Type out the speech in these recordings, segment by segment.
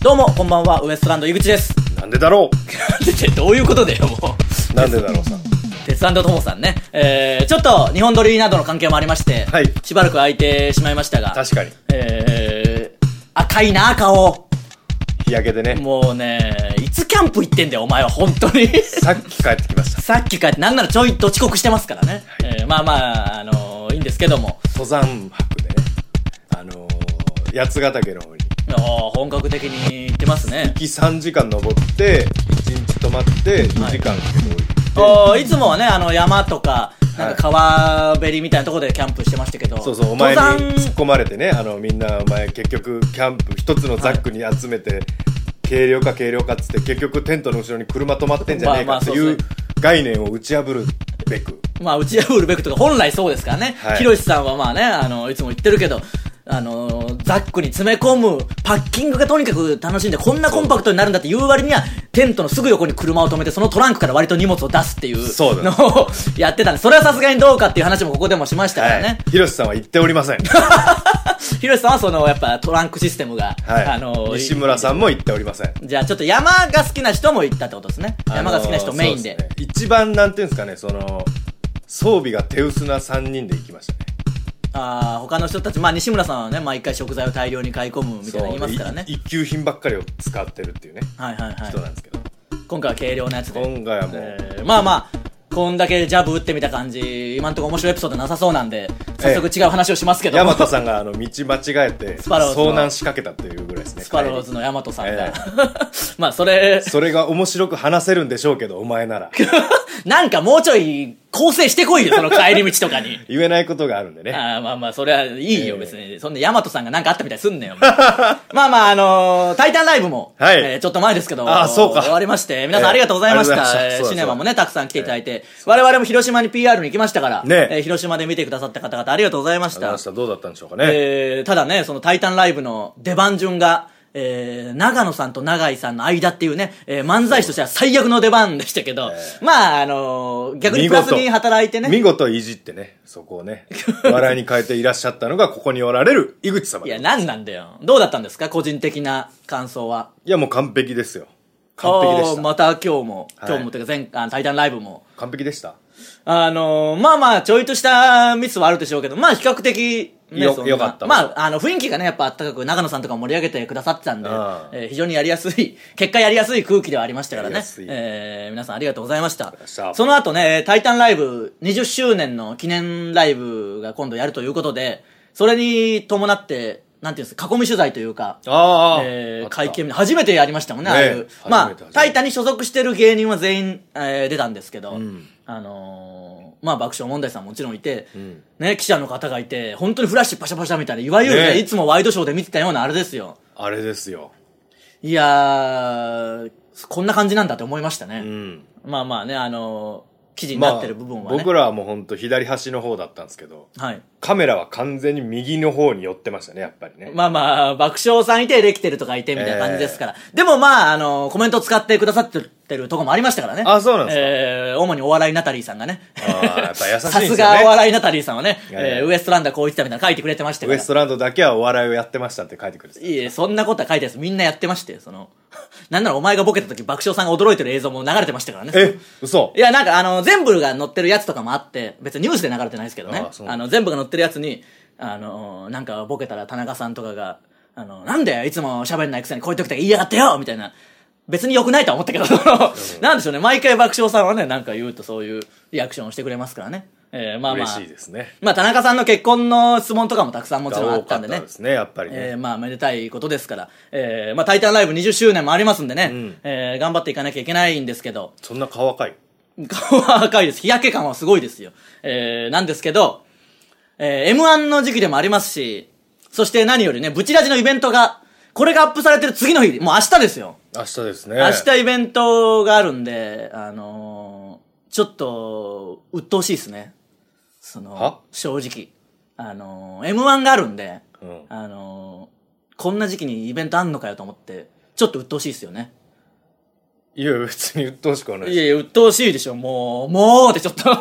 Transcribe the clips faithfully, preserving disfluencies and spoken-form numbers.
どうもこんばんは、ウエストランド井口です。 なんでだろうどういうことだよ、もうなんでだろうさ鉄腕とともさんね、えー、ちょっと日本撮りなどの関係もありまして、はい、しばらく空いてしまいましたが、 確かにえー、赤いな顔、 日焼けでね。 もうね、いつキャンプ行ってんだよお前は本当にさっき帰ってきましたさっき帰って、なんならちょいと遅刻してますからね、はい、えー、まあまあ、あのー、いいんですけども、 登山泊でね、あのー、八ヶ岳の方に本格的に行ってますね。 行きさんじかん登っていちにち泊まってにじかんかけて降りて、いつもはね、あの山とかなんか川べりみたいなところでキャンプしてましたけど、 そうそう、お前に突っ込まれてね、あのみんなお前結局キャンプ一つのザックに集めて、はい、軽量化軽量化っつって結局テントの後ろに車止まってんじゃねえかっていう概念を打ち破るべく、 まあ打ち破るべくとか本来そうですからね。ひろしさんはまあね、あのいつも言ってるけど、あのー、ザックに詰め込むパッキングがとにかく楽しんで、こんなコンパクトになるんだって言う割にはテントのすぐ横に車を止めてそのトランクから割と荷物を出すっていうのをやってたんで、それはさすがにどうかっていう話もここでもしましたからね。 ひろしさんは言っておりませんひろしさんはそのやっぱトランクシステムが、 はい、あのー、西村さんも言っておりません。 じゃあちょっと山が好きな人も言ったってことですね、あのー、山が好きな人メイン で, で、 ね、一番なんていうんですかね、その装備が手薄なさんにんで行きましたね。 あ、他の人たち、まあ西村さんはね、毎回食材を大量に買い込むみたいな言いますからね。 一級品ばっかりを使ってるっていうね、はいはいはい、人なんですけど、 今回は軽量なやつで、 今回はもう、 えー、まあまあこんだけジャブ打ってみた感じ、今んところ面白いエピソードなさそうなんで、早速違う話をしますけど、 大和さんがあの道間違えて遭難しかけたっていうぐらいですね。 スパローズの大和さんが、えー、まあそれそれが面白く話せるんでしょうけど、お前ならなんかもうちょい構成してこいよ、その帰り道とかに言えないことがあるんでね。 あ、まあまあそれはいいよ、えー、別にそんな大和さんがなんかあったみたいすんねよまあまああのー、タイタンライブも、はい、えー、ちょっと前ですけど、 あ、そうか、 終わりまして、皆さんありがとうございました、えーえー、シネマもねたくさん来ていただいて、えー、我々も広島に ピーアール に行きましたから、ね、えー、広島で見てくださった方々ありがとうございました。 どうだったんでしょうかね。 えー、ただね、そのタイタンライブの出番順が、えー、長野さんと永井さんの間っていうね、えー、漫才師としては最悪の出番でしたけど、えー、まああのー、逆にプラスに働いてね、 見事いじってね、そこをね笑いに変えていらっしゃったのがここにおられる井口様。 いや、なんなんだよ。どうだったんですか、個人的な感想は。 いや、もう完璧ですよ。完璧でした。 また今日も、はい、今日もというか前あタイタンライブも完璧でした。 あのー、まあまあちょいとしたミスはあるでしょうけど、まあ比較的ね、 よ, よかった。 まあ、あの、雰囲気がね、やっぱあったかく、長野さんとか盛り上げてくださってたんで、えー、非常にやりやすい、結果やりやすい空気ではありましたからね。えー、皆さんありがとうございました。その後ね、タイタンライブにじゅっしゅうねんの記念ライブが今度やるということで、それに伴って、なんていうんですか、囲み取材というか、あ、えー、会見、初めてやりましたもんね、ね、ああいう。まあ、タイタンに所属してる芸人は全員、えー、出たんですけど、うん、あのー、まあ爆笑問題さんもちろんいて、うん、ね、記者の方がいて、本当にフラッシュパシャパシャみたいな、いわゆるね、ね、いつもワイドショーで見てたようなあれですよ。 あれですよ。 いやー、こんな感じなんだって思いましたね。うん、まあまあね、あのー、記事になってる部分はね、まあ、 僕らはもう本当左端の方だったんですけど、はい、カメラは完全に右の方に寄ってましたね、やっぱりね。 まあまあ爆笑さんいてできてるとかいてみたいな感じですから、えー、でもまああのコメント使ってくださってるとこもありましたからね。 あ、そうなんですか。 えー、主にお笑いナタリーさんがね、 あやっぱ優しいんですよね。さすがお笑いナタリーさんはね、えー、ウエストランドはこう言ってたみたいな書いてくれてましたから。 ウエストランドだけはお笑いをやってましたって書いてくれてた。 いえ、そんなことは書いてないです。みんなやってましてそのなんならお前がボケた時爆笑さんが驚いてる映像も流れてましたからね。 え、嘘。 いや、なんかあの全部が載ってるやつとかもあって、別にニュースで流れてないですけどね、あ, あの全部が載ってるやつに、あのなんかボケたら田中さんとかが、あのなんでいつも喋んないくせにこういう時とか言いやがってよみたいな、別に良くないとは思ったけどなんでしょうね、毎回爆笑さんはね、なんか言うとそういうリアクションをしてくれますからね。えー、まあまあ嬉しいですね。 まあ田中さんの結婚の質問とかもたくさんもちろんあったんでね。 多かったですね、やっぱりね。 えー、まあめでたいことですから、えー、まあタイタンライブにじゅっしゅうねんもありますんでね、うん、えー、頑張っていかなきゃいけないんですけど。 そんな顔赤い？ 顔は赤いです。日焼け感はすごいですよ。えー、なんですけど、えー、エムワン の時期でもありますし、そして何よりね、ブチラジのイベントが、これがアップされてる次の日、もう明日ですよ。 明日ですね。 明日イベントがあるんで、あのー、ちょっと、鬱陶しいですね。その、正直。あのー、エムワン があるんで、うん、あのー、こんな時期にイベントあんのかよと思って、ちょっと鬱陶しいですよね。 いや、別に鬱陶しくはないです。 いやいや、鬱陶しいでしょ、もう、もうってちょっと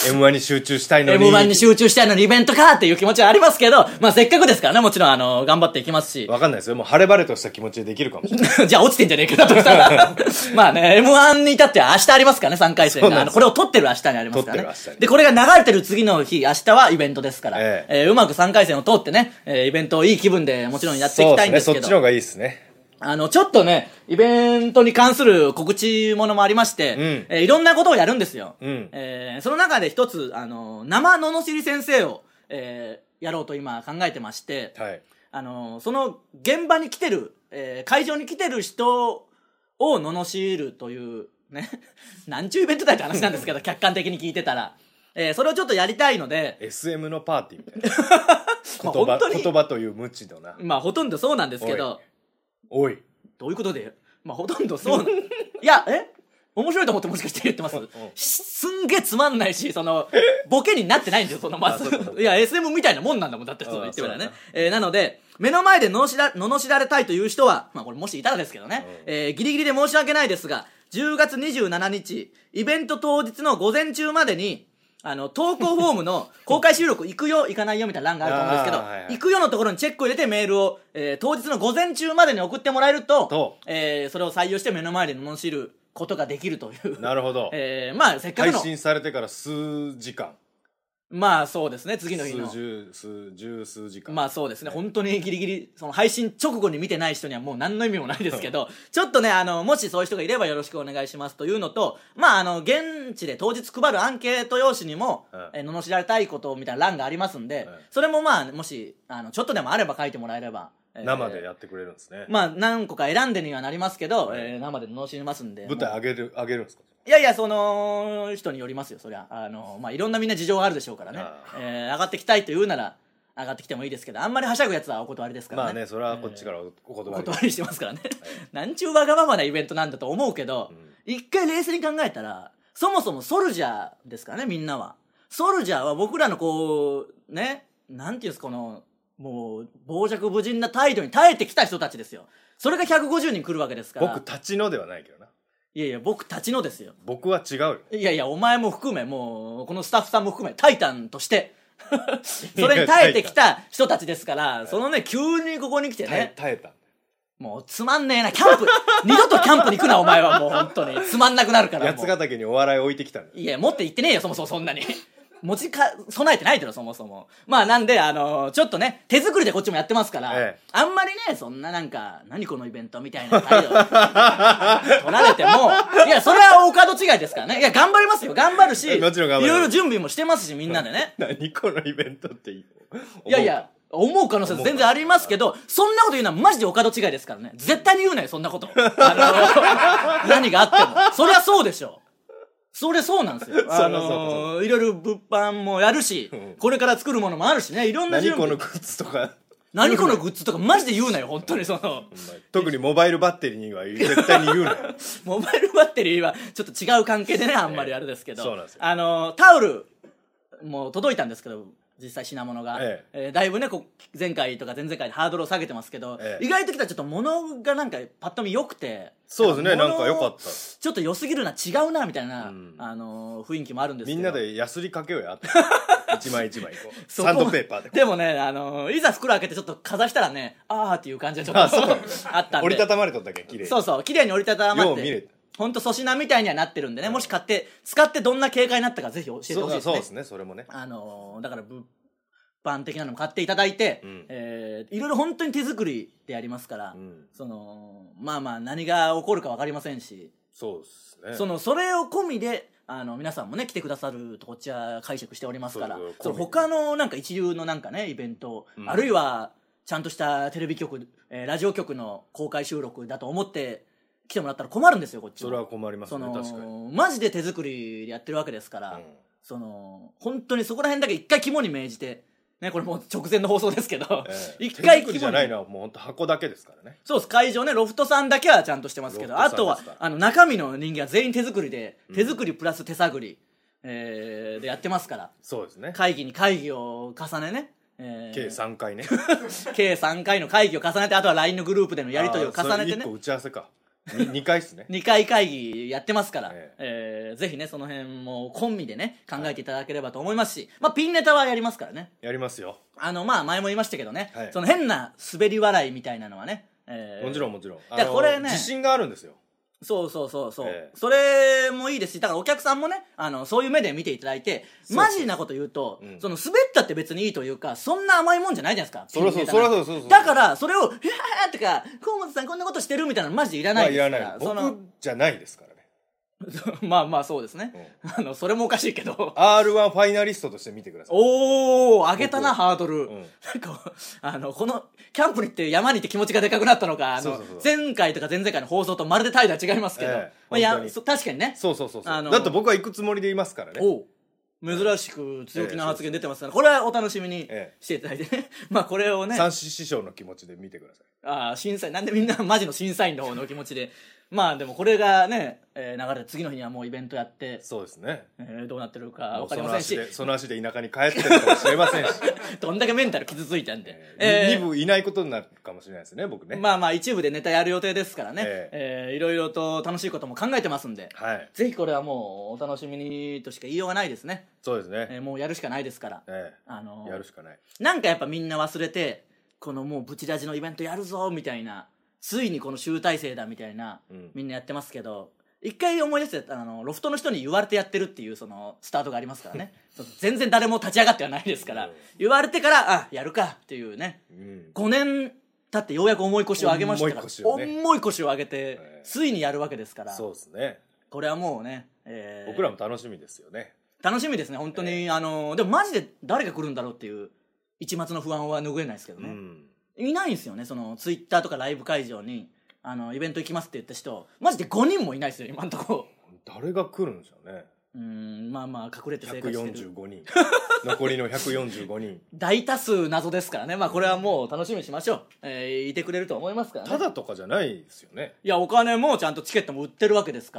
エムワン に集中したいのにエムワン に集中したいのにイベントかっていう気持ちはありますけど、まあせっかくですからね、もちろんあの頑張っていきますし。 わかんないですよ、もう晴れ晴れとした気持ちでできるかもしれないじゃあ落ちてんじゃねえかとしたらまあね、エムワン に至っては明日ありますからね、さんかい戦が。あのこれを撮ってる明日にありますからね。で、これが流れてる次の日、明日はイベントですから、えええー、うまくさんかい戦を通ってね、えー、イベントをいい気分でもちろんやっていきたいんですけど。 そうですね、そっちの方がいいですね。 あの、ちょっとね、イベントに関する告知ものもありまして、うん、えー、いろんなことをやるんですよ。うん、えー、その中で一つ、あの、生ののしり先生を、えー、やろうと今考えてまして、はい、あの、その現場に来てる、えー、会場に来てる人を罵るという、ね、なんちゅうイベントだって話なんですけど、客観的に聞いてたら。えー、それをちょっとやりたいのでエスエム のパーティーみたいな言葉、言葉という無知のな、 まあほとんどそうなんですけど、 おいどういうことで、まあほとんどそういや、え面白いと思ってもしかして言ってます、すんげえつまんないし、そのボケになってないんですよ、そのまずいや エスエム みたいなもんなんだもん、だってそう言ってみたらね、えー、なので目の前で罵ら罵られたいという人は、まあこれもしいたらですけどね、うん、えー、ギリギリで申し訳ないですが、じゅうがつにじゅうしちにちイベント当日の午前中までにあの投稿フォームの公開収録行くよ行かないよみたいな欄があると思うんですけど、はいはい、行くよのところにチェックを入れてメールを、えー、当日の午前中までに送ってもらえると、えー、それを採用して目の前で罵ることができるという。 なるほど、 えー、まあせっかくの配信されてから数時間、 まあそうですね、次の日の数十数十数時間、 まあそうですね、本当にギリギリその配信直後に見てない人にはもう何の意味もないですけどちょっとね、あのもしそういう人がいればよろしくお願いしますというのと、まああの現地で当日配るアンケート用紙にも、うん、えー、罵られたいことみたいな欄がありますんで、うん、それもまあもしあのちょっとでもあれば書いてもらえれば、 えー、生でやってくれるんですね。 まあ何個か選んでにはなりますけど、はい、えー、生で罵りますんで。 舞台上げる上げるんですか。 いやいや、その人によりますよ、そりゃ。あの、まあ、いろんなみんな事情があるでしょうからね。えー、上がってきたいと言うなら、上がってきてもいいですけど、あんまりはしゃぐやつはお断りですからね。 まあね、それはこっちからお断り、 えー、お断りしてますからね。はい、なんちゅうわがままなイベントなんだと思うけど、うん、一回冷静に考えたら、そもそもソルジャーですからね、みんなは。ソルジャーは僕らのこう、ね、なんていうんですか、この、もう、傍若無人な態度に耐えてきた人たちですよ。それがひゃくごじゅうにん来るわけですから。 僕たちのではないけどな。 いやいや、僕たちのですよ。 僕は違うよ。 いやいや、お前も含め、もう、このスタッフさんも含め、タイタンとして、それに耐えてきた人たちですから、そのね、急にここに来てね。 耐えた。 もう、つまんねえな、キャンプ、二度とキャンプに行くな、お前はもう、本当に。つまんなくなるから。 八ヶ岳にお笑い置いてきたんだ。 いや、持って行ってねえよ、そもそもそんなに。持ちか、備えてないだろ、そもそも。まあ、なんで、あのー、ちょっとね、手作りでこっちもやってますから、ええ、あんまりね、そんななんか、何このイベントみたいな態度取られても、いや、それは大門違いですからね。いや、頑張りますよ、頑張るし、 もちろん頑張る。 いろいろ準備もしてますし、みんなでね。 何このイベントっていいいやいや、思う可能性全然ありますけど、そんなこと言うのはマジで大門違いですからね。絶対に言うなよ、そんなこと。あのー、何があっても。そりゃそうでしょ。それそうなんですよ。あのー、いろいろ物販もやるし、うん、これから作るものもあるしね、いろんな準備。何このグッズとか。 何このグッズとかマジで言うなよ、本当にその。 特にモバイルバッテリーには絶対に言うなよ。 モバイルバッテリーはちょっと違う関係でね、あんまりあれですけど。そうなんですよ。あのー、タオルも届いたんですけど、実際品物が、えええー、だいぶねこ前回とか前々回でハードルを下げてますけど、ええ、意外ときたらちょっと物がなんかパッと見良くて、 そうですね、なんか良かった、 ちょっと良すぎるな、違うなみたいな、うん、あのー、雰囲気もあるんですけど、 みんなでヤスリかけようやって一枚一枚こうサンドペーパーで。 でもね、あのー、いざ袋開けてちょっとかざしたらね、あーっていう感じでちょっとあったんで、 折りたたまれとったっけ、綺麗に。 そうそう綺麗に折りたたまって、 よう見れた。 ほんと粗品みたいにはなってるんでね、もし買って使ってどんな警戒になったかぜひ教えてほしいですね。 そうですね、それもね。 あのー、だから物販的なのも買っていただいて、うん、えー、いろいろ本当に手作りでやりますから、うん、そのまあまあ何が起こるか分かりませんし、 そうですね。 そのそれを込みであの皆さんもね来てくださるとこっちは解釈しておりますから、その他のなんか一流のなんかねイベント、うん、あるいはちゃんとしたテレビ局、えー、ラジオ局の公開収録だと思って来てもらったら困るんですよ、こっちは。 それは困りますね、確かに。 マジで手作りでやってるわけですから、うん、その本当にそこら辺だけ一回肝に銘じてね、これもう直前の放送ですけど、えー、一回手作りじゃないのはもう本当箱だけですからね。 そうです、会場ね、ロフトさんだけはちゃんとしてますけど、あとはあの中身の人間は全員手作りで、うん、手作りプラス手探り、えー、でやってますから。 そうですね。 会議に会議を重ねね、 えー、計さんかいね計さんかいの会議を重ねて、あとは ライン のグループでのやり取りを重ねてね。 いっこ打ち合わせか。 にかいっすねにかい会議やってますから、 えええー、ぜひねその辺もコンビでね考えていただければと思いますし、まあピンネタはやりますからね。 やりますよ。 あのまあ前も言いましたけどね、 はい、 その変な滑り笑いみたいなのはね、えー、 もちろんもちろんだからこれね自信があるんですよ。 そうそうそうそう、 ええ、 それもいいですし、だからお客さんもねあのそういう目で見ていただいて、マジなこと言うと、うん、その滑ったって別にいいというか、そんな甘いもんじゃないじゃないですか。 そりゃそうそりゃそうそうそう。 だからそれを「へーとか「河本さんこんなことしてる」みたいなのマジでいらないですから、まあ、いらない。 その僕じゃないですからねまあまあそうですね、うん、あのそれもおかしいけどアールワン ファイナリストとして見てください。 おお上げたなハードル、うん、なんかあのこのキャンプに行って山に行って気持ちがでかくなったのか、あのそうそうそう前回とか前々回の放送とまるで態度は違いますけど、えーまあ、や確かにね。 そうそうそうそう、あのだって僕は行くつもりでいますからね。 お珍しく強気な発言出てますから、これはお楽しみにしていただいてね、ええ、まあこれをね三子師匠の気持ちで見てください。 ああ審査員なんでみんなマジの審査員の方の気持ちでまあでもこれがね、えー、流れて次の日にはもうイベントやって、 そうですね、 えー、どうなってるか分かりませんし、 その足で田舎に帰ってるかもしれませんしどんだけメンタル傷ついたんで、 えーえー、に部いないことになるかもしれないですね僕ね。 まあまあ一部でネタやる予定ですからね、えーえー、いろいろと楽しいことも考えてますんで、はい、ぜひこれはもうお楽しみにとしか言いようがないですね。 そうですね、 えー、もうやるしかないですから、 えーあのー、やるしかない。 なんかやっぱみんな忘れてこのもうブチラジのイベントやるぞみたいな、ついにこの集大成だみたいな、うん、みんなやってますけど、一回思い出してあのロフトの人に言われてやってるっていうそのスタートがありますからね全然誰も立ち上がってはないですから、うん、言われてからあやるかっていうね、うん、ごねん経ってようやく重い腰を上げましたから、重い腰をね、重い腰を上げて、えー、ついにやるわけですから、 そうですね、 これはもうね、えー、 僕らも楽しみですよね。 楽しみですね本当に、えー、あのでもマジで誰が来るんだろうっていう一抹の不安は拭えないですけどね、うん、いないんですよね。そのツイッターとかライブ会場にあのイベント行きますって言った人マジでごにんもいないですよ今んとこ。 誰が来るんでしょうね。 うーんまあまあ隠れて生活してるひゃくよんじゅうごにん残りのひゃくよんじゅうごにん大多数謎ですからね。まあこれはもう楽しみにしましょう、えー、いてくれると思いますからね。 ただとかじゃないですよね。 いやお金もちゃんとチケットも売ってるわけですから、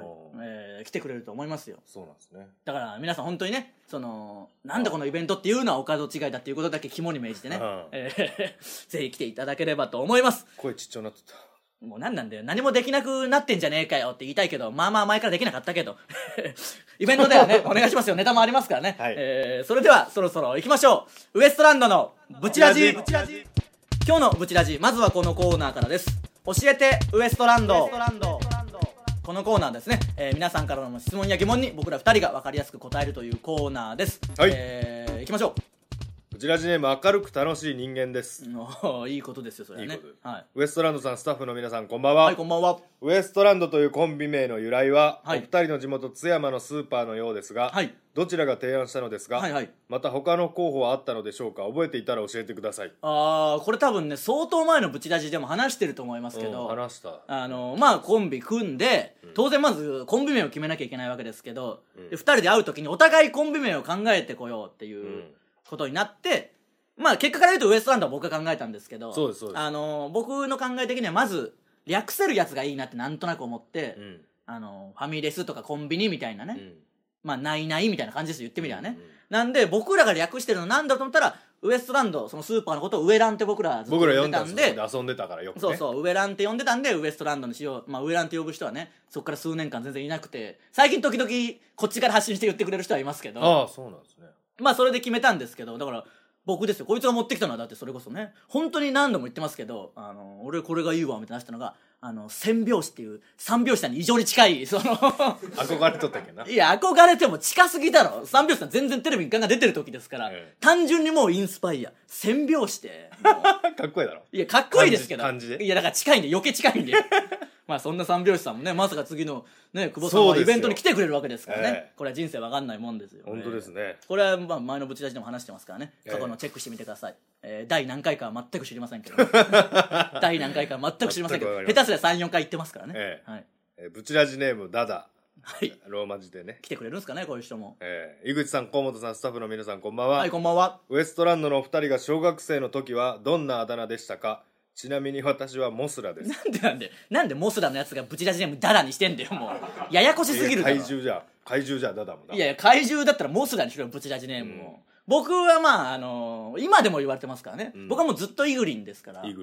えー、来てくれると思いますよ。 そうなんですね。 だから皆さん本当にねそのなんだこのイベントっていうのはお門違いだっていうことだけ肝に銘じてね、えー、ぜひ来ていただければと思います。 声ちっちゃなってた。 もう何なんだよ何もできなくなってんじゃねえかよって言いたいけど、まあまあ前からできなかったけどイベントではねお願いしますよ。ネタもありますからね、はい、えー、それではそろそろ行きましょう。ウエストランドのブチラジ。ブチラジ今日のブチラジ、まずはこのコーナーからです。教えてウエストランド。このコーナーですね、えー、皆さんからの質問や疑問に僕らふたりが分かりやすく答えるというコーナーです。はい、えー、行きましょう。 ブチラジネーム明るく楽しい人間です。 いいことですよそれはね。いいこと、はい、 ウエストランドさんスタッフの皆さんこんばんは。 はいこんばんは。 ウエストランドというコンビ名の由来は、はい、お二人の地元津山のスーパーのようですが、はい、どちらが提案したのですが、はいはい、また他の候補はあったのでしょうか。覚えていたら教えてください。 あーこれ多分ね相当前のブチラジでも話してると思いますけど、 うん、話したあのまあコンビ組んで、うん、当然まずコンビ名を決めなきゃいけないわけですけど、うん、でふたりで会う時にお互いコンビ名を考えてこようっていうことになって、まあ結果から言うとウエストランドは僕が考えたんですけど、 そうですそうです。 あの僕の考え的にはまず略せるやつがいいなってなんとなく思って、うん、あのファミレスとかコンビニみたいなね、うん、まあないないみたいな感じです言ってみりゃね、うんうん、なんで僕らが略してるのなんだと思ったらウエストランド、そのスーパーのことをウエランって僕らずっと呼んでたんで、 遊んでたからよくね。 そうそうウエランって呼んでたんでウエストランドにしよう。まあウエランって呼ぶ人はねそっから数年間全然いなくて、最近時々こっちから発信して言ってくれる人はいますけど、 ああそうなんですね。 まあそれで決めたんですけど、だから僕ですよ。こいつが持ってきたのはだってそれこそね本当に何度も言ってますけど、あの俺これがいいわみたいなしたのがあの千拍子っていう三拍子さんに異常に近いその憧れとったっけな。 いや憧れても近すぎだろ。三拍子さん全然テレビにガンガン出てる時ですから、ええ、単純にもうインスパイア。千拍子ってかっこいいだろ。 いやかっこいいですけど、 感じで。 いやだから近いんで余計近いんでまあそんな三拍子さんもねまさか次のね久保さんはイベントに来てくれるわけですからね、えー、これは人生わかんないもんですよ、ね、 本当ですね。 これはまあ前のブチラジでも話してますからね、過去のチェックしてみてください、えー、第何回かは全く知りませんけど、ね、第何回かは全く知りませんけど下手すりゃさん、よんかい言ってますからね、えーはいえー、ブチラジネームダダ、はい、ローマ字でね来てくれるんですかねこういう人も、 えー、井口さん河本さんスタッフの皆さんこんばんは。 はいこんばんは。 ウエストランドのお二人が小学生の時はどんなあだ名でしたか。ちなみに私はモスラです。 なんでなんでなんでモスラのやつがブチラジネームダダにしてんだよ。もうややこしすぎるだろ。 怪獣じゃ怪獣じゃダダもだ。 いやいや怪獣だったらモスラにしろよブチラジネームも、うん、僕はまああのー、今でも言われてますからね、うん、僕はもうずっとイグリンですから。 イグリン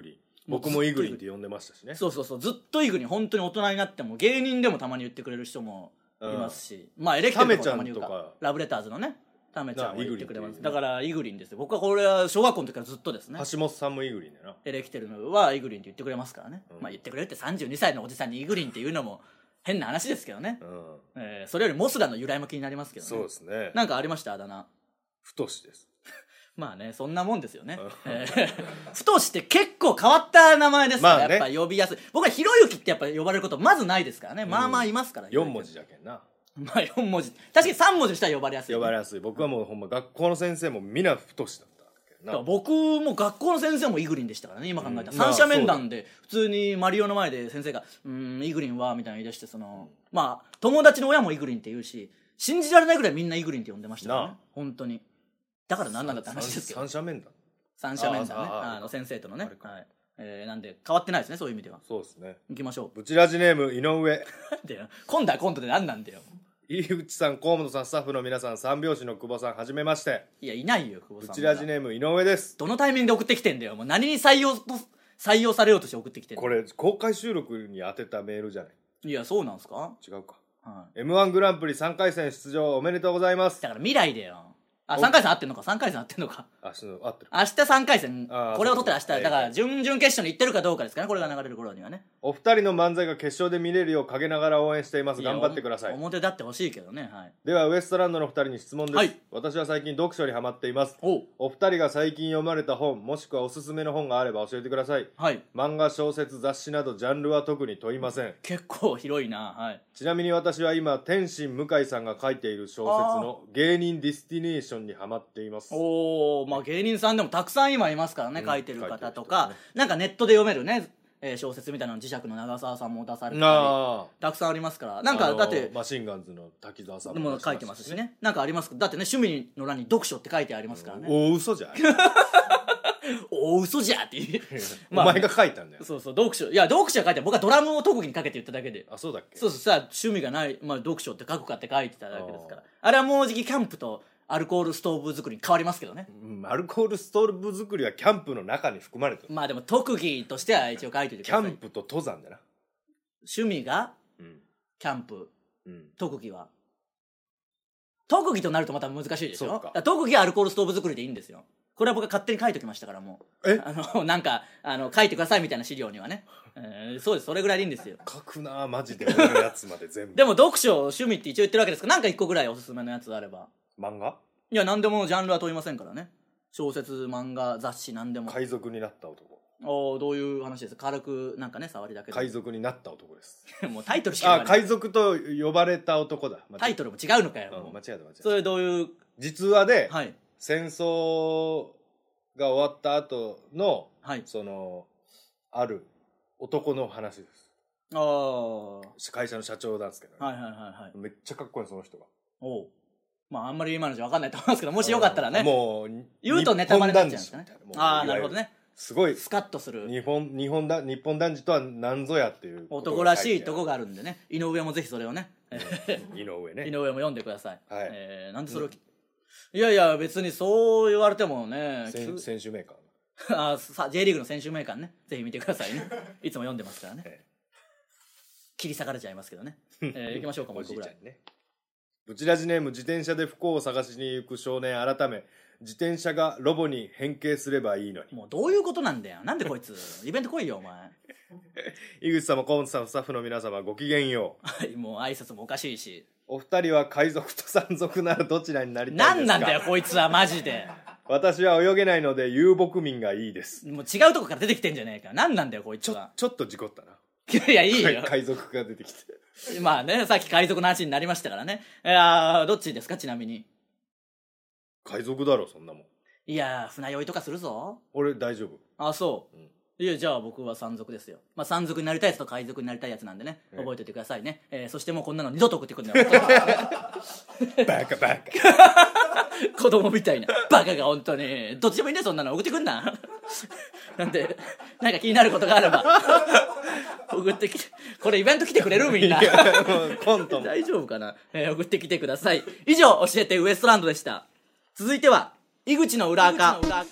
僕もイグリンって呼んでましたしね。 そうそうそう、ずっとイグリン。本当に大人になっても芸人でもたまに言ってくれる人もいますし、うん、まあエレキテルとかたまに言うか、ラブレターズのねタメちゃんも言ってくれます。だからイグリンですよ。僕はこれは小学校の時からずっとですね。 橋本さんもイグリンだよな。 エレキテルはイグリンって言ってくれますからね、うん、まあ言ってくれるってさんじゅうにさいのおじさんにイグリンっていうのも変な話ですけどね、うんえー、それよりモスラの由来も気になりますけどね。 そうですね。 なんかありましたあだ名？ 太しです。 まあね、そんなもんですよね。えー、太しって結構変わった名前ですから、まあね、やっぱ呼びやすい。僕はひろゆきってやっぱ呼ばれることまずないですからね、うん、まあまあいますから。 よん文字じゃけんな。 まあよん文字、確かにさん文字したら呼ばれやすい、ね、 呼ばれやすい。僕はもうほんま学校の先生もみんな太しだっただから僕も学校の先生もイグリンでしたからね、今考えたら、うん、三者面談で普通にマリオの前で先生が「うーんイグリンは」みたいな言い出して、そのまあ友達の親もイグリンって言うし、信じられないぐらいみんなイグリンって呼んでましたからね、本当に。だから何なんだって話ですけど。 三者面談三者面談ね、あの先生とのね、はい、えー、なんで変わってないですね、そういう意味では。 そうですね。 行きましょう。 ブチラジネーム井上今度はコントで何なんだよ。 井口さん、河本さん、スタッフの皆さん、三拍子の久保さん、はじめまして。 いや、いないよ久保さん。 ブチラジネーム井上です。 どのタイミングで送ってきてんだよ。もう何に採用採用されようとして送ってきてんの。 これ公開収録に当てたメールじゃない？ いや、そうなんすか？ 違うか、はい、エムワン グランプリさんかい戦出場おめでとうございます。 だから未来だよ。あ、さんかい戦合ってんのか、さんかい戦合ってんのか。 あ、そう合ってる。 明日さんかい戦、これを取ったら明日、だから準々決勝に行ってるかどうかですかね、これが流れる頃にはね。 お二人の漫才が決勝で見れるよう陰ながら応援しています。頑張ってください。 表立ってほしいけどね、はい。 ではウエストランドの二人に質問です、はい、私は最近読書にハマっています。 お, お二人が最近読まれた本もしくはおすすめの本があれば教えてください。はい。漫画、小説、雑誌などジャンルは特に問いません。 結構広いな、はい。 ちなみに私は今天心向井さんが書いている小説の芸人ディスティネーションにハマっています。 おー、まあ芸人さんでもたくさん今いますからね、うん、書いてる方とか、ね、なんかネットで読めるね、えー、小説みたいなの磁石の長澤さんも出されてたりたくさんありますから、なんかだってマシンガンズの滝沢さんも書いてますしね、なんかありますだってね、趣味の欄に読書って書いてありますからね。 お嘘じゃお嘘じゃっていうまあ、お前が書いたんだよ。 そうそう、読書、いや読書は書いて、僕はドラムを特技にかけて言っただけで。 あ、そうだっけ。 そうそう、さあ趣味がない、まあ、読書って書くかって書いてただけですから。 あ, あれはもうじきキャンプとアルコールストーブ作りに変わりますけどね、 うん、アルコールストーブ作りはキャンプの中に含まれてる。 まあでも特技としては一応書いておいてください。 キャンプと登山だな。 趣味が、うん、キャンプ、うん、特技は特技となるとまた難しいでしょ。特技はアルコールストーブ作りでいいんですよ。これは僕が勝手に書いておきましたから、もうえあのなんかあの書いてくださいみたいな資料にはね、えー、そうです、それぐらいでいいんですよ。 書くなマジで俺のやつまで全部でも読書趣味って一応言ってるわけですから、なんか一個ぐらいおすすめのやつあれば。 漫画？ いや、何でもジャンルは問いませんからね。小説、漫画、雑誌、何でも。 海賊になった男。 お、どういう話ですか？軽くなんかね、触りだけで。 海賊になった男です。 もうタイトルしか言わない。 あ、海賊と呼ばれた男だ。 タイトルも違うのかよ。 うん、間違えた間違えた。 それどういう実話で、 はい、 戦争が終わった後の、はい、そのある男の話です。ああ。会社の社長なんですけど、ね、 はいはいはいはい。 めっちゃかっこいいその人が。 おう。まああんまり今のじゃ分かんないと思いますけど、もしよかったらね、 もう言うとネタバレになっちゃうんですかね。ああ、なるほどね。 すごいスカッとする日本日本だ日本男児とは何ぞやっていう男らしいとこがあるんでね、井上もぜひそれをね、 井上ね、 井上も読んでください。はい、えー、なんでそれを、うん、いやいや別にそう言われてもね、 選手名鑑あさ J リーグの選手名鑑ね、ぜひ見てくださいね。いつも読んでますからね。ええ、切り裂かれちゃいますけどね。えー、行きましょうかもう一個ぐらい。ね、 ブチラジネーム自転車で不幸を探しに行く少年改め、自転車がロボに変形すればいいのに。 もうどういうことなんだよ。なんでこいつイベント来いよお前。 井口様、河本さん、スタッフの皆様、ごきげんよう。はい、もう挨拶もおかしいし。 お二人は海賊と山賊ならどちらになりたいですか？ なんなんだよこいつはマジで。 私は泳げないので遊牧民がいいです。 もう違うとこから出てきてんじゃねえか。なんなんだよこいつは。 ちょ、ちょっと事故ったな。 いやいいよ。 海賊が出てきて。 まあね、さっき海賊の話になりましたからね。いやどっちですかちなみに。 海賊だろそんなもん。 いや船酔いとかするぞ。 俺大丈夫。 あ、そう、うん、いやじゃあ僕は山賊ですよ。まあ山賊になりたいやつと海賊になりたいやつなんでね、覚えておいてくださいね。えー、そしてもうこんなの二度と送ってくるんだよ。 バカバカ。 子供みたいなバカが本当にどっちでもいいね、そんなの送ってくんな。なんでなんか気になることがあれば送ってきて、これイベント来てくれるみんな。 コント大丈夫かな、えー、送ってきてください。以上教えてウエストランドでした。続いては井口の裏垢。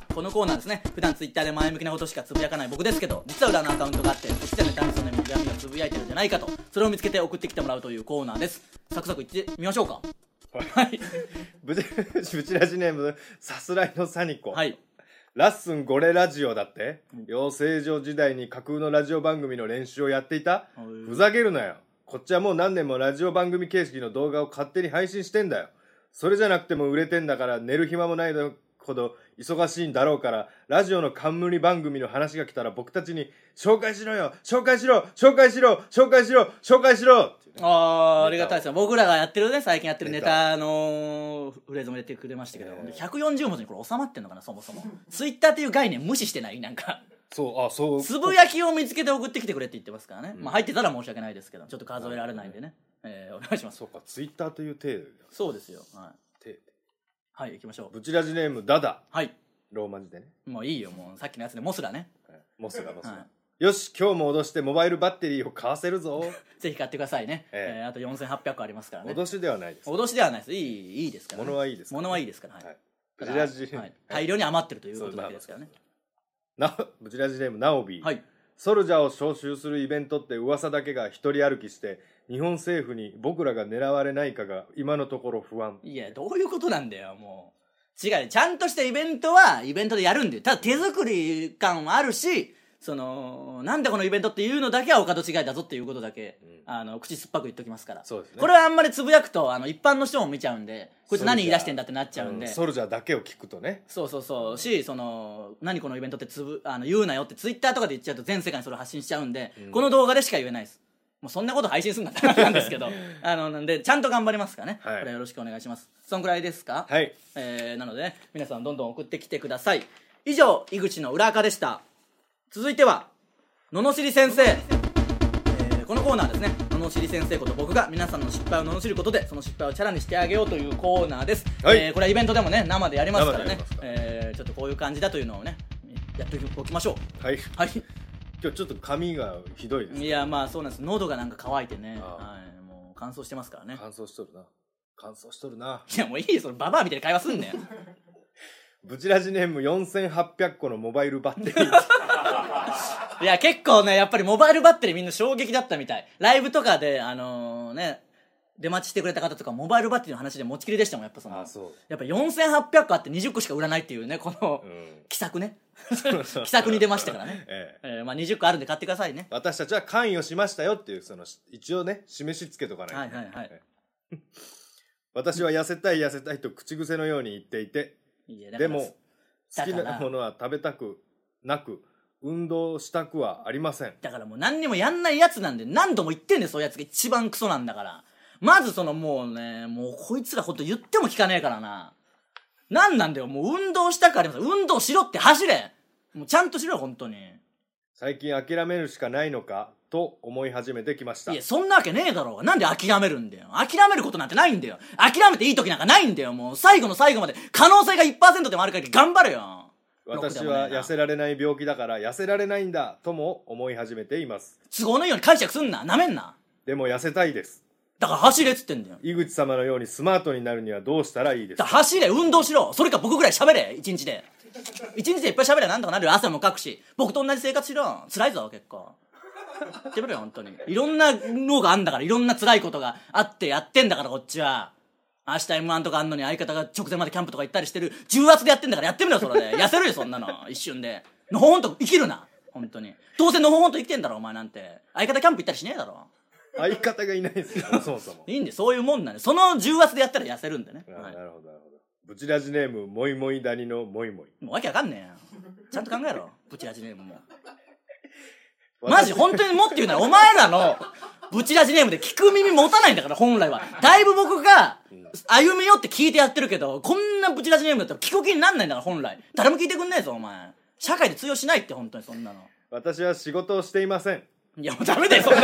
このコーナーですね、普段ツイッターで前向きなことしかつぶやかない僕ですけど、実は裏のアカウントがあって、そっちでネタにその闇をつぶやいてるんじゃないかと、それを見つけて送ってきてもらうというコーナーです。サクサクいってみましょうか。はいブチブチラジネームさすらいのサニコ。 はい。 ラッスンゴレラジオだって、うん、養成所時代に架空のラジオ番組の練習をやっていた、ふざけるなよ。こっちはもう何年もラジオ番組形式の動画を勝手に配信してんだよ。それじゃなくても売れてんだから、寝る暇もないほど忙しいんだろうから、ラジオの冠番組の話が来たら僕たちに紹介しろよ、紹介しろ、紹介しろ、紹介しろ、紹介しろって、ね、 あー、ありがたいですよ。僕らがやってるね、最近やってるネタのフレーズも入れてくれましたけど、えー、ひゃくよんじゅうもじにこれ収まってんのかな、そもそも。ツイッターっていう概念無視してない？なんか。 そう、あ、そう。 つぶやきを見つけて送ってきてくれって言ってますからね。うん、まあ入ってたら申し訳ないですけど、ちょっと数えられないんでね。えー、お願いします。 そうか、ツイッターという体で。 そうですよ。はい。 体で。 はい、行きましょう。 ブチラジネームダダ。 はい。 ローマ字でね。 もういいよ、もうさっきのやつでモスラね。 はい、モスラ、モスラ。はい、 よし、今日も脅してモバイルバッテリーを買わせるぞ。 ぜひ買ってくださいね。えー、えー、あとよんせんはっぴゃくこありますからね。 脅しではないです。 脅しではないです。いい、いいですから、ね。 物はいいですから、 ね。物はいいですから。はい。はい、 ブチラジ、 はい、大量に余ってるということだけですからね。 な、ブチラジネームナオビー。 はい。 ソルジャーを招集するイベントって噂だけが一人歩きして、日本政府に僕らが狙われないかが今のところ不安。 いや、どういうことなんだよ、もう。違う、ちゃんとしたイベントはイベントでやるんだよ。ただ手作り感もあるし、そのなんでこのイベントっていうのだけはお門違いだぞっていうことだけ、うん、あの口酸っぱく言っときますから。 そうですね、 これはあんまりつぶやくとあの一般の人も見ちゃうんで、こいつ何言い出してんだってなっちゃうんで、 うん、ソルジャーだけを聞くとね。 そうそうそうし、その何このイベントってつぶあの言うなよってツイッターとかで言っちゃうと全世界にそれを発信しちゃうんで、うん、この動画でしか言えないです。もうそんなこと配信するんだったらなんですけどあのなんでちゃんと頑張りますからね、はい、これよろしくお願いします。そんくらいですか。 はい、 えー、なので、ね、皆さんどんどん送ってきてください。以上、井口の裏垢でした。続いてはののしり先生、えー、このコーナーですね、ののしり先生こと僕が皆さんの失敗を罵ることでその失敗をチャラにしてあげようというコーナーです。はい、えー、これはイベントでもね生でやりますからね、えー、ちょっとこういう感じだというのをねやっておきましょう。 はい、 はい、 今日ちょっと髪がひどいです、ね、 いやまあそうなんです。喉がなんか渇いてね、はい、もう乾燥してますからね。 乾燥しとるな、乾燥しとるな。 いやもういいよ、それババアみたいな会話すんねんブチラジネームよんせんはっぴゃくこのモバイルバッテリーいや結構ねやっぱりモバイルバッテリーみんな衝撃だったみたい。ライブとかであのー、ね出待ちしてくれた方とかモバイルバッテリーの話で持ちきりでしたもん。やっぱそのあそうやっぱよんせんはっぴゃくあってにじゅっこしか売らないっていうねこの、うん、奇策ね奇策に出ましたからね、えええーまあ、にじゅっこあるんで買ってくださいね。 私たちは関与しましたよっていうその一応ね示しつけとかないと、 はいはいはい、ええ、 私は痩せたい痩せたいと口癖のように言っていて、いやでも好きなものは食べたくなく運動したくはありません。 だからもう何にもやんないやつなんで何度も言ってんねん。そういうやつが一番クソなんだから。まずそのもうねもうこいつらほんと言っても聞かねえからな。なんなんだよ、もう運動したくありません。運動しろって走れ、もうちゃんとしろよ本当に。 最近諦めるしかないのかと思い始めてきました。 いやそんなわけねえだろうが。なんで諦めるんだよ。諦めることなんてないんだよ。諦めていい時なんかないんだよ。もう最後の最後まで可能性が いちパーセント でもある限り頑張れよ。 私は痩せられない病気だから痩せられないんだとも思い始めています。 都合のいいように解釈すんな、なめんな。 でも痩せたいです。 だから走れっつってんだよ。 井口様のようにスマートになるにはどうしたらいいですか。 だから走れ、運動しろ。それか僕ぐらい喋れ、一日で一日でいっぱい喋ればなんとかなるよ。汗もかくし僕と同じ生活しろ。辛いぞ結構やってみろよ本当に。いろんなのがあんだから、いろんな辛いことがあってやってんだからこっちは。明日 エムワン とかあんのに相方が直前までキャンプとか行ったりしてる重圧でやってんだからやってみろそれで。痩せるよそんなの一瞬で。のほほんと生きるな本当に。どうせのほほんと生きてんだろお前なんて。相方キャンプ行ったりしねえだろ。 相方がいないですよそもそも。 いいんでそういうもんなんで、その重圧でやったら痩せるんでね。 あ、はい、なるほどなるほど。ブチラジネームもいもい谷のもいもい。 もうわけわかんねえよちゃんと考えろブチラジネームもマジ本当にもって言うならお前らのブチラジネームで聞く耳持たないんだから本来は。だいぶ僕が歩み寄って聞いてやってるけど、こんなブチラジネームだったら聞く気になんないんだから本来。誰も聞いてくんねえぞお前。社会で通用しないって本当にそんなの。 私は仕事をしていません。 いやもうダメだよそんな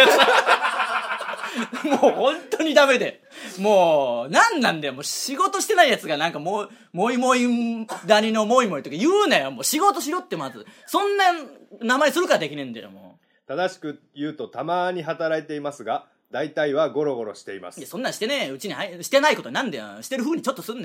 もう本当にダメで。もうなんなんだよ、もう仕事してないやつがなんかもうもいもい谷のもいもいとか言うなよ。もう仕事しろって。まずそんな名前するからできねえんだよ。もう正しく言うとたまに働いていますが大体はゴロゴロしています。 いやそんなんしてねえうちにしてないことになんだよ。してる風にちょっとすんなよ。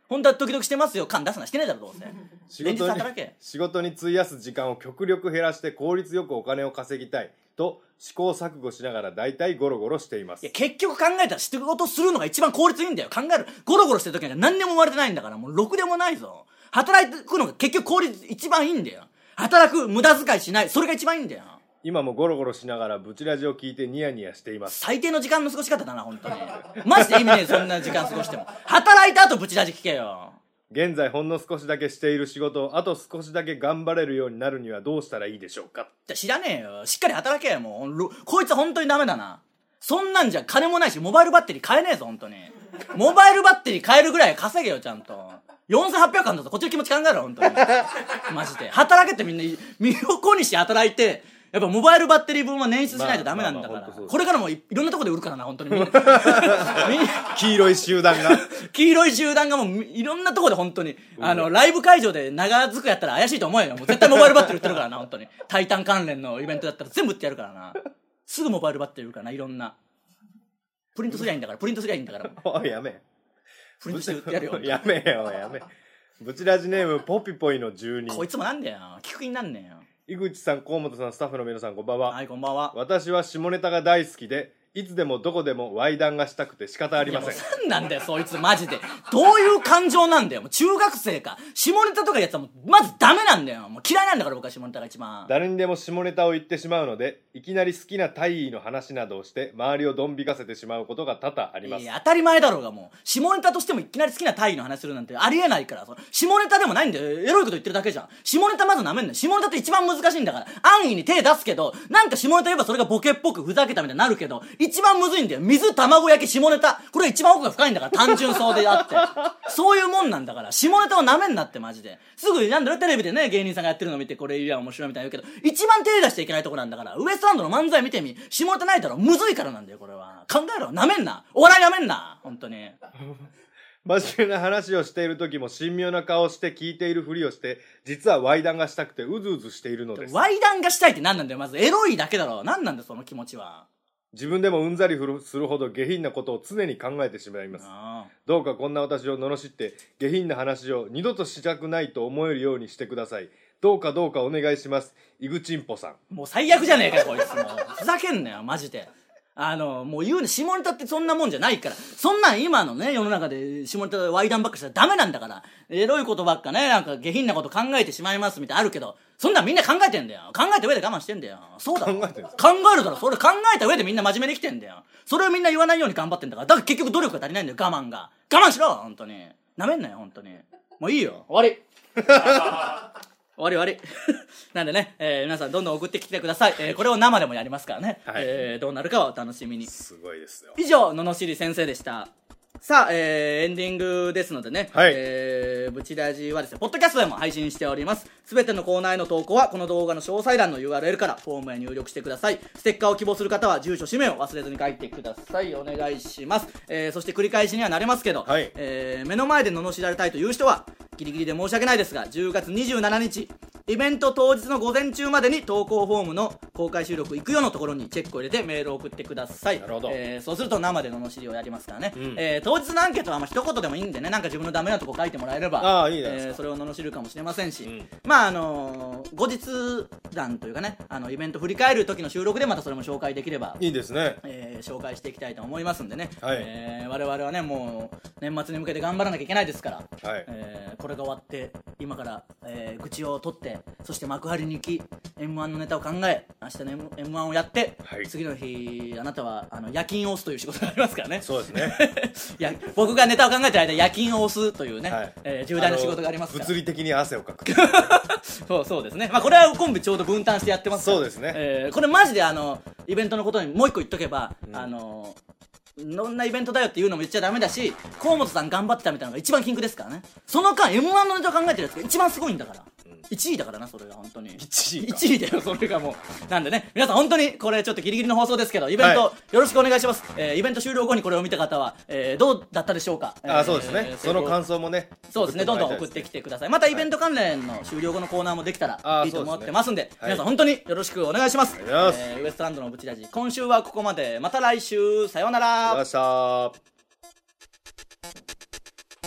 本当は時々してますよ。感出すな、してねえだろどうせ。 仕事に仕事に費やす時間を極力減らして効率よくお金を稼ぎたいと試行錯誤しながら大体ゴロゴロしています。 いや結局考えたら仕事するのが一番効率いいんだよ。考えるゴロゴロしてる時なんか何にも生まれてないんだから、もうろくでもないぞ。働くのが結局効率一番いいんだよ。働く、無駄遣いしない、それが一番いいんだよ。 今もゴロゴロしながらブチラジを聞いてニヤニヤしています。 最低の時間の過ごし方だな本当に。マジで意味ねえ、そんな時間過ごしても。働いた後ブチラジ聞けよ。 現在ほんの少しだけしている仕事をあと少しだけ頑張れるようになるにはどうしたらいいでしょうか。 知らねえよ。しっかり働けよ。もうこいつは本当にダメだな。そんなんじゃ金もないしモバイルバッテリー買えねえぞ本当に。モバイルバッテリー買えるぐらい稼げよちゃんと。よんせんはっぴゃくえんだぞ。こっちの気持ち考えろ本当に。マジで働けって。みんな身を粉にして働いて、やっぱモバイルバッテリー分は捻出しないとダメなんだから、まあまあまあ、これからも い, いろんなとこで売るからな本当に。みんな黄色い集団が黄色い集団がもういろんなとこで本当に、うん、あのライブ会場で長づくやったら怪しいと思うよ。もう絶対モバイルバッテリー売ってるからな本当に。タイタン関連のイベントだったら全部売ってやるからな。すぐモバイルバッテリー売るからな。いろんなプリントすりゃいいんだから。プリントすりゃいいんだから。 おいやめプリントして売ってやるよ。 やめよやめ。ブチラジネームポピポイのじゅうに。 こいつもなんだよ聞く気になんねえよ。 井口さん、河本さん、スタッフの皆さんこんばんは。 はいこんばんは。 私は下ネタが大好きでいつでもどこでもワイ談がしたくて仕方ありません。 なんなんだよそいつマジで。どういう感情なんだよ。もう中学生か。下ネタとかやつはもうまずダメなんだよ。もう嫌いなんだから僕は下ネタが一番。 誰にでも下ネタを言ってしまうのでいきなり好きな大尉の話などをして周りをドン引かせてしまうことが多々あります。 いや当たり前だろうが。もう下ネタとしてもいきなり好きな大尉の話するなんてありえないから。そ下ネタでもないんだよ。エロいこと言ってるだけじゃん。下ネタまずなめんねん。下ネタって一番難しいんだから。安易に手出すけどなんか下ネタ言えばそれがボケっぽくふざけたみたいになるけど一番むずいんだよ。水卵焼き下ネタこれ一番奥が深いんだから。単純そうであってそういうもんなんだから。下ネタをなめんなってマジで。すぐなんだろテレビでね芸人さんがやってるのを見てこれいや面白いみたいな言うけど一番手出しちゃいけないとこなんだから。ウエストランドの漫才見てみ。下ネタないだろむずいからなんだよこれは。考えろなめんな。お笑いなめんな本当に。 真面目な話をしている時も神妙な顔をして聞いているふりをして実はワイ談がしたくてうずうずしているのです。 ワイ談がしたいって何なんだよ。まずエロいだけだろ。何なんだよその気持ちは。 自分でもうんざりするほど下品なことを常に考えてしまいます。どうかこんな私を罵って下品な話を二度としたくないと思えるようにしてください。どうかどうかお願いします。井口んぽさん。 もう最悪じゃねえかよこいつ。もうふざけんなよマジで。あのもう言うね下ネタってそんなもんじゃないから。そんなん今のね世の中で下ネタワイ談ばっかしたらダメなんだから。エロいことばっかねなんか下品なこと考えてしまいますみたいなあるけどそんなんみんな考えてんだよ。考えた上で我慢してんだよ。そうだろ。 考えてんす考えるだろ。それ考えた上でみんな真面目に生きてんだよ。それをみんな言わないように頑張ってんだから。だから結局努力が足りないんだよ。我慢が。我慢しろ本当に。なめんなよ本当に。もういいよ終わり終わり終わりなんでね、えー、皆さんどんどん送ってきてください、えー、これを生でもやりますからね、はいえー、どうなるかはお楽しみに。 すごいですよ。 以上ののしり先生でした。さあ、えー、エンディングですのでね、 はいえー、ブチラジはですねポッドキャストでも配信しております。すべてのコーナーへの投稿はこの動画の詳細欄の ユーアールエル からフォームへ入力してください。ステッカーを希望する方は住所氏名を忘れずに書いてください。お願いします、えー、そして繰り返しにはなれますけど、 はいえー、目の前で罵られたいという人はギリギリで申し訳ないですがじゅうがつにじゅうしちにちイベント当日の午前中までに投稿フォームの公開収録行くよのところにチェックを入れてメールを送ってください。 なるほど、 えー、そうすると生で罵りをやりますからね、 うんえー、当日のアンケートはまあ一言でもいいんでねなんか自分のダメなとこ書いてもらえればああいいですか、 えー、それを罵るかもしれませんし、 うん、 まああのー、後日談というかねあのイベント振り返る時の収録でまたそれも紹介できればいいですね、 えー、紹介していきたいと思いますんでね、 はいえー、我々はねもう年末に向けて頑張らなきゃいけないですから、 はいえー、これが終わって今から、えー、愚痴を取ってそして幕張に行き エムワン のネタを考え明日の エムワン をやって、はい、次の日あなたはあの夜勤を押すという仕事がありますからね。 そうですねいや僕がネタを考えてる間夜勤を押すというね、はいえー、重大な仕事がありますから物理的に汗をかくそうそうですね、まあ、これはコンビちょうど分担してやってますからそうですね、 えー、これマジであのイベントのことにもう一個言っとけば、うん、あのどんなイベントだよっていうのも言っちゃダメだし河本さん頑張ってたみたいなのが一番キングですからね。その間 エムワン のネタを考えてるやつが一番すごいんだから、うん、いちいだからなそれが本当にいちいいちいだよそれがもうなんでね皆さん本当にこれちょっとギリギリの放送ですけどイベント、はい、よろしくお願いします、えー、イベント終了後にこれを見た方は、えー、どうだったでしょうか。 あ、えー、そうですね、その感想もねそうですねどんどん送ってきてください。またイベント関連の終了後のコーナーもできたらいいと思ってますんで、でね、皆さん本当によろしくお願いします、はいえー、ウエストランドのブチラジ今週はここまで。また来週さようなら。 ありがとうございました。